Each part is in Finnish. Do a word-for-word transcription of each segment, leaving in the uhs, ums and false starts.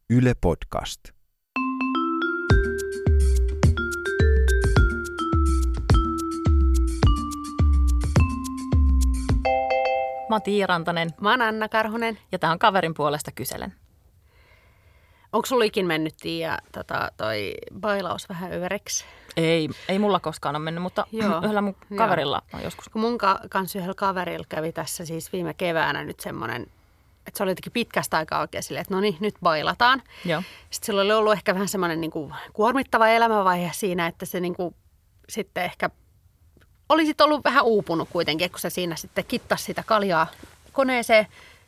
Yle Podcast. Mä oon Tiia Rantanen. Mä oon Anna Karhunen. Ja tää on Kaverin puolesta kyselen. Onko sulla ikin mennyt, Tiia, tota, toi bailaus vähän överiksi? Ei, ei mulla koskaan ole mennyt, mutta Joo. yhdellä mun kaverilla on joskus. Kun mun ka- kanssa yhdellä kaverilla kävi tässä siis viime keväänä nyt semmoinen, että se oli jotenkin pitkästä aikaa oikein silleen, että no niin, nyt bailataan. Joo. Sitten sillä oli ollut ehkä vähän semmoinen niin kuin kuormittava elämänvaihe siinä, että se niin kuin, sitten ehkä oli sitten ollut vähän uupunut kuitenkin, kun se siinä sitten kittasi sitä kaljaa koneeseen.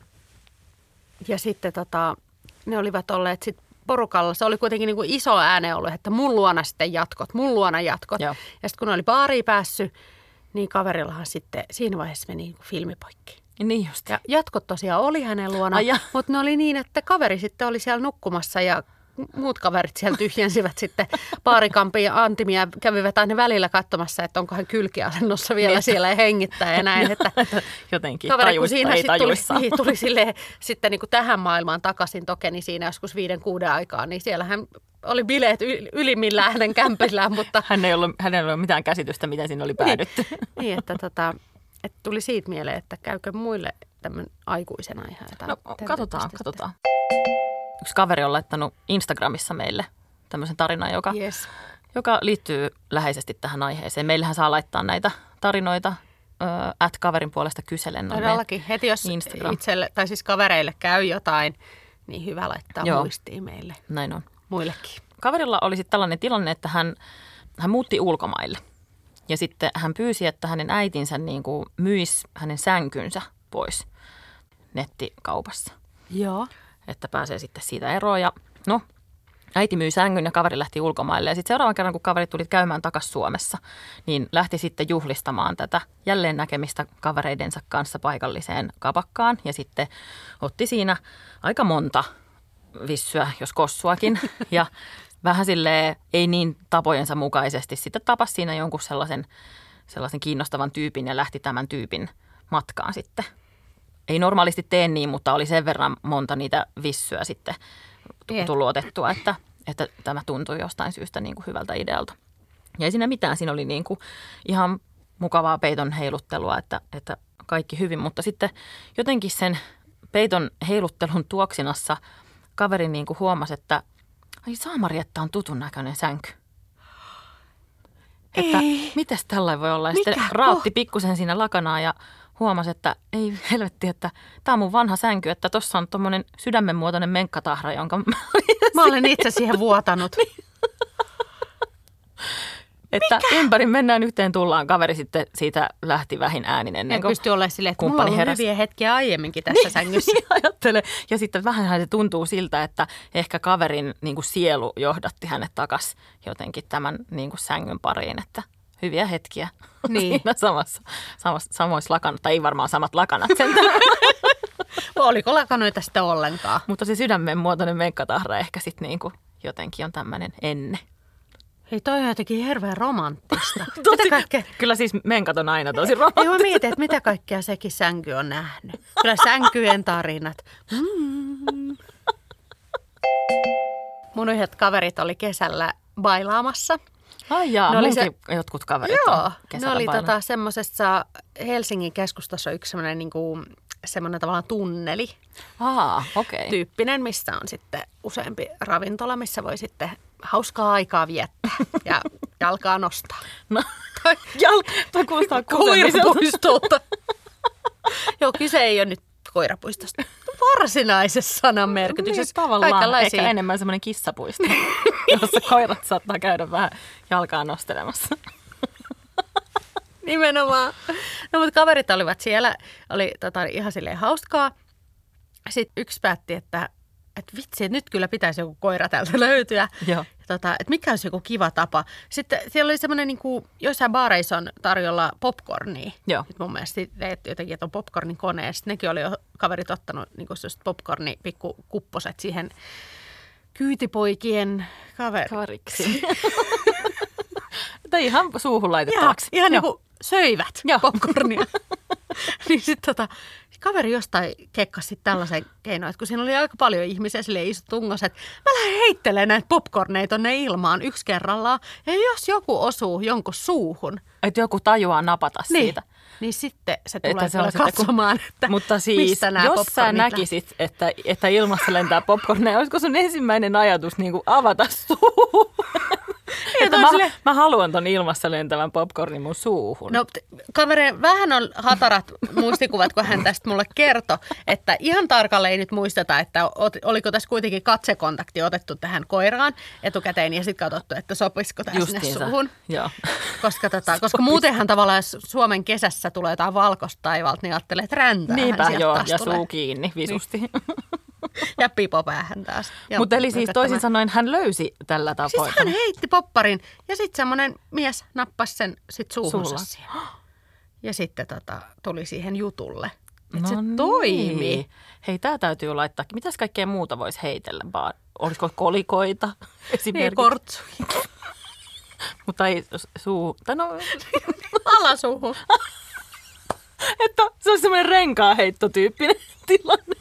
Ja sitten tota, ne olivat olleet sitten porukalla. Se oli kuitenkin niin kuin iso ääne ollut, että mun luona sitten jatkot, mun luona jatkot. Joo. Ja sitten kun ne oli baariin päässyt, niin kaverillahan sitten siinä vaiheessa meni niin kuin filmipoikki. Niin just. Ja jatkot tosiaan oli hänen luona, mutta ne oli niin, että kaveri sitten oli siellä nukkumassa ja muut kaverit siellä tyhjensivät sitten baarikampia ja antimia, kävivät aina välillä katsomassa, että onko hän kylkiasennossa vielä niin. Siellä ja hengittää ja näin. Että jotenkin kaveri, tajuissa, siinä ei tajuissa. Tuli, tuli silleen, sitten niin kuin tähän maailmaan takaisin tokeni siinä joskus viiden kuuden aikaa, niin siellä hän oli bileet ylimmillään hänen kämpillään, mutta hän ei ollut, hänellä ei ollut mitään käsitystä, miten siinä oli päädytty. Niin, niin että, tota, että tuli siitä mieleen, että käykö muille tämmöinen aikuisena ihan jotain. No katsotaan, katsotaan. Yksi kaveri on laittanut Instagramissa meille tämmöisen tarinan, joka, yes. joka liittyy läheisesti tähän aiheeseen. Meillähän saa laittaa näitä tarinoita at kaverin puolesta kyselen. Todellakin. Heti jos Instagram. itselle, tai siis kavereille käy jotain, niin hyvä laittaa Joo. muistiin meille. Näin on. Muillekin. Kaverilla oli sitten tällainen tilanne, että hän, hän muutti ulkomaille. Ja sitten hän pyysi, että hänen äitinsä niin kuin myisi hänen sänkynsä pois nettikaupassa. Joo. Että pääsee sitten siitä eroon. Ja no, äiti myi sängyn ja kaveri lähti ulkomaille. Ja sitten seuraavan kerran, kun kaveri tuli käymään takaisin Suomessa, niin lähti sitten juhlistamaan tätä jälleen näkemistä kavereidensa kanssa paikalliseen kapakkaan. Ja sitten otti siinä aika monta vissyä, jos kossuakin. Ja vähän silleen ei niin tapojensa mukaisesti sitten tapasi siinä jonkun sellaisen, sellaisen kiinnostavan tyypin ja lähti tämän tyypin matkaan sitten. Ei normaalisti tee niin, mutta oli sen verran monta niitä vissyä sitten tullut otettua, että, että tämä tuntui jostain syystä niin kuin hyvältä idealta. Ja ei siinä mitään, siinä oli niin kuin ihan mukavaa peiton heiluttelua, että, että kaikki hyvin. Mutta sitten jotenkin sen peiton heiluttelun tuoksinassa kaveri niin kuin huomasi, että ai saamari, että on tutun näköinen sänky. Että mitäs tällainen voi olla? Ja sitten raotti pikkusen siinä lakanaa ja huomasi, että ei helvetti, että tämä on mun vanha sänky, että tuossa on tommonen sydämen muotoinen menkkatahra, jonka mä, mä olen itse siihen vuotanut. Että ympäri mennään yhteen tullaan. Kaveri sitten siitä lähti vähin äänin ennen kuin pystyi olemaan silleen, että mulla on ollut hyviä hetkiä aiemminkin tässä niin, sängyssä. Niin ajattele. Ja sitten vähän se tuntuu siltä, että ehkä kaverin niin kuin sielu johdatti hänet takaisin jotenkin tämän niin kuin sängyn pariin, että hyviä hetkiä niin. siinä samassa, samassa, samoissa lakanat, tai ei varmaan samat lakanat sentään. Oliko lakanoita sitten ollenkaan? Mutta se sydämen muotoinen menkkatahra ehkä sitten niin kuin jotenkin on tämmöinen enne. Hei, toi on jotenkin hirveän romanttista. Tosi, kaikkea? Kyllä siis menkat on aina tosi romanttista. Ei mä mietin, että mitä kaikkea sekin sänky on nähnyt. Kyllä sänkyjen tarinat. Mm. Mun yhdet kaverit oli kesällä bailaamassa. Ai jaa, munkin se, jotkut kaverit joo, on kesällä ne oli bailannut. tota, semmoisessa Helsingin keskustassa yksi semmoinen niinku, semmoinen tavallaan tunneli. Aa, okei. Okay. Tyyppinen, missä on sitten useampi ravintola, missä voi sitten hauskaa aikaa viettää ja jalkaa nostaa. No, jal- toi kuulostaa koirapuistolta. Joo, kyse ei ole nyt koirapuistosta. Varsinaisessa sanan merkityksessä. Niin, tavallaan ehkä enemmän semmoinen kissapuisto, jossa koirat saattaa käydä vähän jalkaa nostelemassa. Nimenomaan. No mutta kaverit olivat siellä, oli tota, ihan silleen hauskaa. Sitten yksi päätti, että että vitsi, että nyt kyllä pitäisi joku koira täältä löytyä. Joo. Tota, että mikä olisi joku kiva tapa. Sitten siellä oli semmoinen, niin kuin, joissain baareissa on tarjolla popcornia. Joo. Nyt mun mielestä jotenkin, että on popcornin kone. Sitten nekin oli jo kaverit ottanut niin kuin popcorni pikkukupposet siihen kyytipoikien kaveri. kaveriksi. Tai ihan suuhun laitettavaksi. Ihan, ihan niin kuin söivät Joo. popcornia. niin sitten tota, kaveri jostain kekkasi tällaisen keinoin, että kun siinä oli aika paljon ihmisiä silleen iso tungos, että mä lähden heittelemään näitä popcorneja tonne ilmaan yksi kerrallaan. Ja jos joku osuu jonkun suuhun. Että joku tajuaa napata niin, siitä. Niin sitten se tulee se on katsomaan, kun, että mutta siis, mistä nämä jos sä näkisit, että, että ilmassa lentää popcorneja, olisiko sun ensimmäinen ajatus niin kuin avata suu? että mä, sille... mä haluan ton ilmassa lentävän popcornin mun suuhun. No kaveri, vähän on hatarat muistikuvat, kun hän tästä mulle kertoi, että ihan tarkalleen ei nyt muisteta, että oliko tässä kuitenkin katsekontakti otettu tähän koiraan etukäteen ja sitten katsottu, että sopisiko tämä sinne suuhun. Joo. Koska, tota, koska muutenhan tavallaan, jos Suomen kesässä tulee jotain valkoista taivaalta, niin ajattelee, että räntäähän niinpä, sieltä joo, taas ja tulee. suu kiinni visusti. Niin. Ja pipo päähän taas. Mutta eli siis toisin sanoen hän löysi tällä tavoin. Siis hän heitti popparin ja sitten semmoinen mies nappasi sen sit suuhunsa siihen. Ja sitten tota, tuli siihen jutulle. Että no se niin. Toimi. Hei, tää täytyy laittaa. Mitäs kaikkea muuta voisi heitellä? Vaan, olisiko kolikoita esimerkiksi? Niin, kortsuja. Mutta ei suu... Tai no... Alasuuhun. Että se on semmoinen renkaaheitto-tyyppinen tilanne.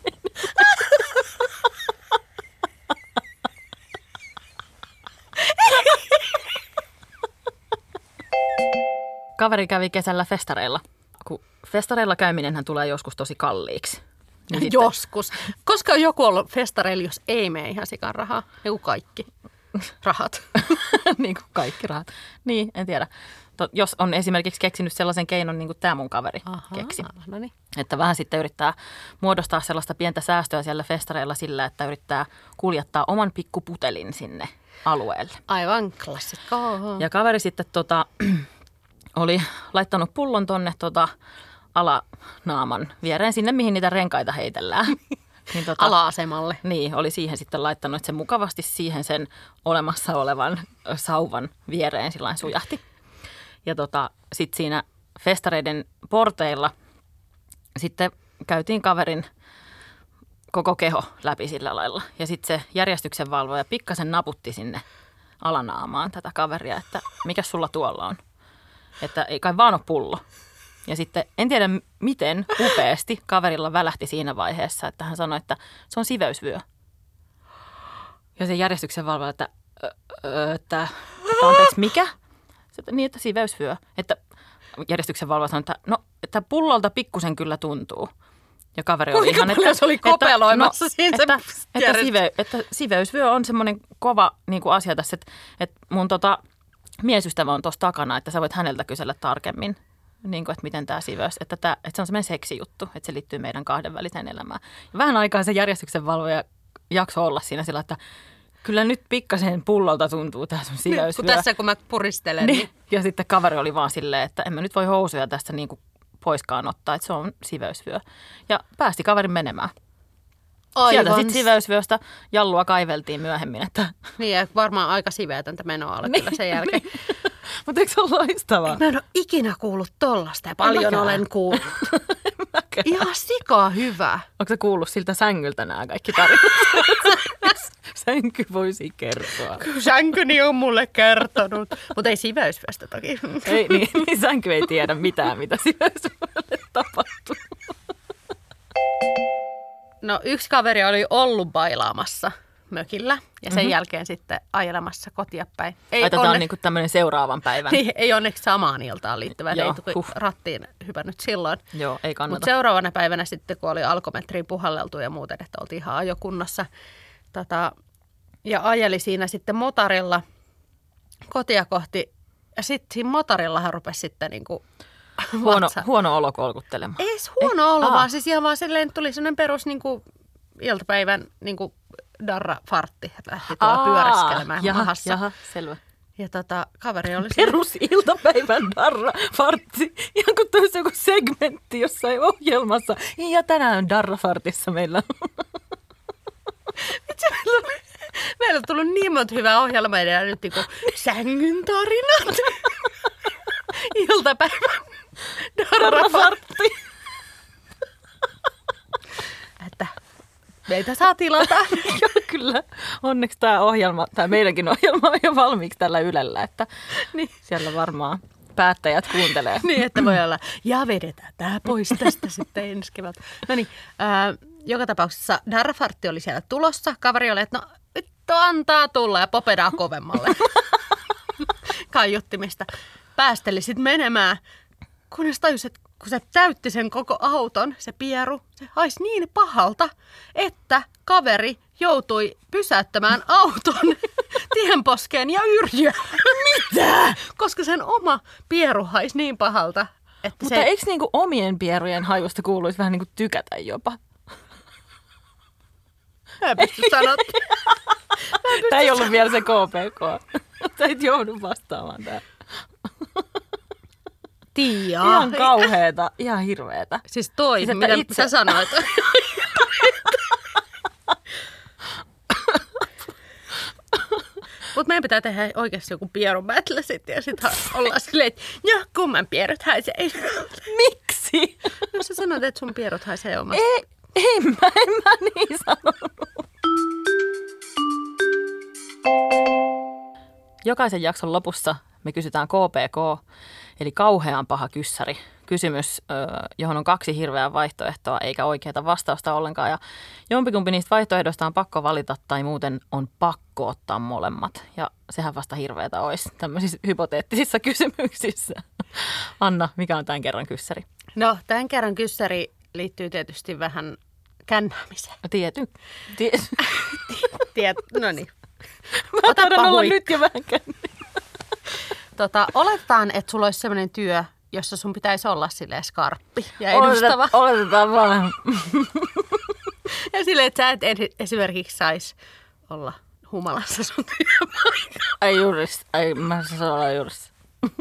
Kaveri kävi kesällä festareilla. Kun festareilla käyminenhän tulee joskus tosi kalliiksi. Niin joskus. Sitten... Koska on joku ollut festareilla, jos ei mene ihan sikan rahaa. Niin kuin kaikki rahat. niin kuin kaikki rahat. Niin, en tiedä. Jos on esimerkiksi keksinyt sellaisen keinon, niin kuin tämä mun kaveri Aha, keksi. No niin. Että vähän sitten yrittää muodostaa sellaista pientä säästöä siellä festareilla sillä, että yrittää kuljettaa oman pikkuputelin sinne alueelle. Aivan klassikko. Ja kaveri sitten tota, oli laittanut pullon tonne tota, alanaaman viereen sinne, mihin niitä renkaita heitellään. Niin tota, ala-asemalle. Niin, oli siihen sitten laittanut, että se mukavasti siihen sen olemassa olevan sauvan viereen sillain sujahti. Ja tota, sitten siinä festareiden porteilla sitten käytiin kaverin koko keho läpi sillä lailla. Ja sitten se järjestyksenvalvoja pikkasen naputti sinne alanaamaan tätä kaveria, että mikä sulla tuolla on. Että ei kai vaan ole pullo. Ja sitten en tiedä miten upeasti kaverilla välähti siinä vaiheessa, että hän sanoi, että se on siveysvyö. Ja se järjestyksenvalvoja, että, että, että anteeksi mikä? Sitten, niin, että siveysvyö. Että järjestyksenvalvoja sanoi, että no, että pullolta pikkusen kyllä tuntuu. Ja kaveri oli ihan, että... se oli kopeloimassa että, siinä että, se että, sive, että siveysvyö on semmoinen kova niin kuin asia tässä, että, että mun tota, miesystävä on tuossa takana, että sä voit häneltä kysellä tarkemmin, niin kuin, että miten tämä siveys, että, tämä, että se on semmoinen seksijuttu, että se liittyy meidän kahdenväliseen elämään. Ja vähän aikaa se järjestyksenvalvoja jaksoi olla siinä sillä, että kyllä nyt pikkasen pullolta tuntuu tämä sun siveysvyö. Kun tässä kun mä puristelen. Niin. Niin. Ja sitten kaveri oli vaan silleen, että en mä nyt voi housuja tästä niin kuin poiskaan ottaa, että se on siveysvyö. Ja päästi kaverin menemään. Aivan. Sieltä sitten siveysvyöstä jallua kaiveltiin myöhemmin. Että... Niin, ja varmaan aika siveetöntä menoa oli niin, kyllä sen jälkeen. Niin. Mutta eikö se ole loistavaa? Mä en ole ikinä kuullut tollasta ja paljon Mäkään. olen kuullut. Ihan sikaa hyvä. Onko se kuullut siltä sängyltä nämä kaikki tarinat? Sänky voisi kertoa. Sänkyni on mulle kertonut, mutta ei siveysvyöstä toki. Ei, niin, niin sänky ei tiedä mitään, mitä siveysvyölle tapahtuu. No yksi kaveri oli ollut bailaamassa mökillä ja sen mm-hmm. jälkeen sitten ajelemassa kotia päin. Ei Ai, tätä onne... on niinku tämmöinen seuraavan päivän. Niin, ei onneksi samaan iltaan liittyvä. Joo, ei huh. rattiin hypännyt silloin. Joo, ei kannata. Mutta seuraavana päivänä sitten, kun oli alkometriin puhalleltu ja muuten, että oltiin ihan ajokunnassa. Tota, ja ajeli siinä sitten motorilla kotia kohti. Ja sitten siinä motorillahan rupesi sitten niin kuin huono, huono olo kolkuttelemaan. Ei edes huono eh, olo, aa. vaan siis ihan vaan silleen tuli sellainen perus niin kuin iltapäivän niin kuin darra-fartti. Lähti tuolla pyöriskelemään jaha, mahassa. Jaha, selvä. Ja tota, kaveri oli... Perus iltapäivän darra-fartti. Ihan kuin toisi joku segmentti jossain ohjelmassa. Ja tänään darra-fartissa meillä on. Itse meillä on, meillä on tullut niin monta hyvää ohjelmaa edellä nyt niin kuin sängyn tarinat. Iltapäivän darra-fartti. Että meitä saa tilata. Joo, kyllä. Onneksi tämä ohjelma, tämä meidänkin ohjelma on jo valmiiksi tällä Ylellä, että niin. Siellä varmaan päättäjät kuuntelee. Niin, että voi olla, ja vedetään tämä pois tästä sitten ensi keväältä. No niin, äh, joka tapauksessa Darrafartti oli siellä tulossa. Kaveri oli, että no nyt antaa tulla ja popedaa kovemmalle. Kaiuttimista. Päästeli sitten menemään, kunnes tajusi, että kun se täytti sen koko auton, se pieru, se haisi niin pahalta, että kaveri joutui pysäyttämään auton tienposkeen ja yrjyä. Mitä? Koska sen oma pieru haisi niin pahalta, että Mutta se... eikö niinku omien pierujen hajusta kuuluisi vähän niinku tykätä jopa? Mä en pysty sanoa. Tämä ei ollut vielä se K P K. Sä et joudu vastaamaan tähän. Tiia. Ihan kauheeta, ihan hirveetä. Siis toi, Siis, että mitä itse- sä sanoit. Mutta meidän pitää tehdä oikeasti joku pierun battle sitten ja sitten ollaan silleen, että joo, kumman pierut haisee. Miksi? No sä sanoit, että sun pierut haisee omasta. Ei, en mä, en mä niin sanonut. Jokaisen jakson lopussa me kysytään K P K, eli kauhean paha kyssäri. Kysymys, johon on kaksi hirveää vaihtoehtoa eikä oikeaa vastausta ollenkaan. Ja jompikumpi niistä vaihtoehdoista on pakko valita tai muuten on pakko ottaa molemmat. Ja sehän vasta hirveätä olisi tämmöisissä hypoteettisissa kysymyksissä. Anna, mikä on tämän kerran kyssäri? No, tämän kerran kyssäri liittyy tietysti vähän kännäämiseen. Tiety. Tiety. Tiet, no niin. Mä taidan olla hui. nyt jo vähän känni. Tota, oletetaan, että sulla olisi sellainen työ, jossa sun pitäisi olla silleen skarppi ja edustava. Oletetaan, oletetaan vaan. Ja silleen, että sä et esi- esimerkiksi saisi olla humalassa sun työpaikalla. Ai juris. Ai mä saan olla juris.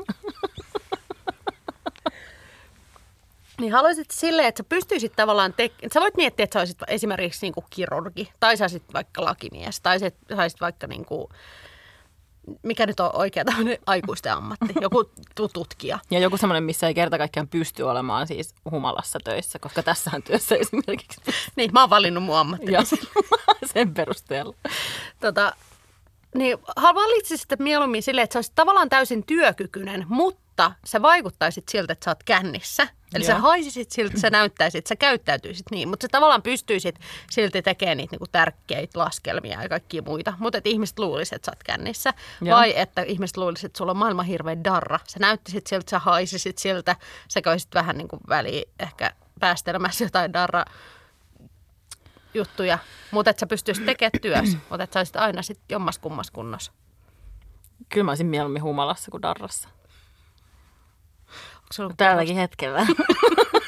Niin haluaisit silleen, että sä pystyisit tavallaan tekemään, sä voit miettiä, että sä olisit esimerkiksi niinku kirurgi, tai sä olisit vaikka lakimies, tai sä olisit vaikka niinku, mikä nyt on oikea tämmöinen aikuisten ammatti, joku tutkija. Ja joku semmoinen, missä ei kerta kaikkiaan pysty olemaan siis humalassa töissä, koska tässähän työssä esimerkiksi. Niin, mä oon valinnut mun ammattia. Ja sen perusteella. Tota, niin valitsisit sitten mieluummin silleen, että sä olisit tavallaan täysin työkykyinen, mutta sä vaikuttaisit siltä, että sä oot kännissä. Eli Joo. sä haisisit siltä, sä näyttäisit, sä käyttäytyisit niin, mutta sä tavallaan pystyisit silti tekemään niitä niinku tärkeitä laskelmia ja kaikkia muita. Mutta että ihmiset luulisivat, että sä oot kännissä. Joo. Vai että ihmiset luulisivat, että sulla on maailman hirveä darra. Sä näyttäisit siltä, sä haisisit siltä, sä kävisit vähän niin kuin väliin ehkä päästelemässä jotain darra juttuja, mutta että sä pystyisit tekemään työssä, mutta että sä olisit aina sitten jommas kummas kunnossa. Kyllä mä olisin mieluummin humalassa kuin darrassa. Onko sulla Tälläkin hetkellä.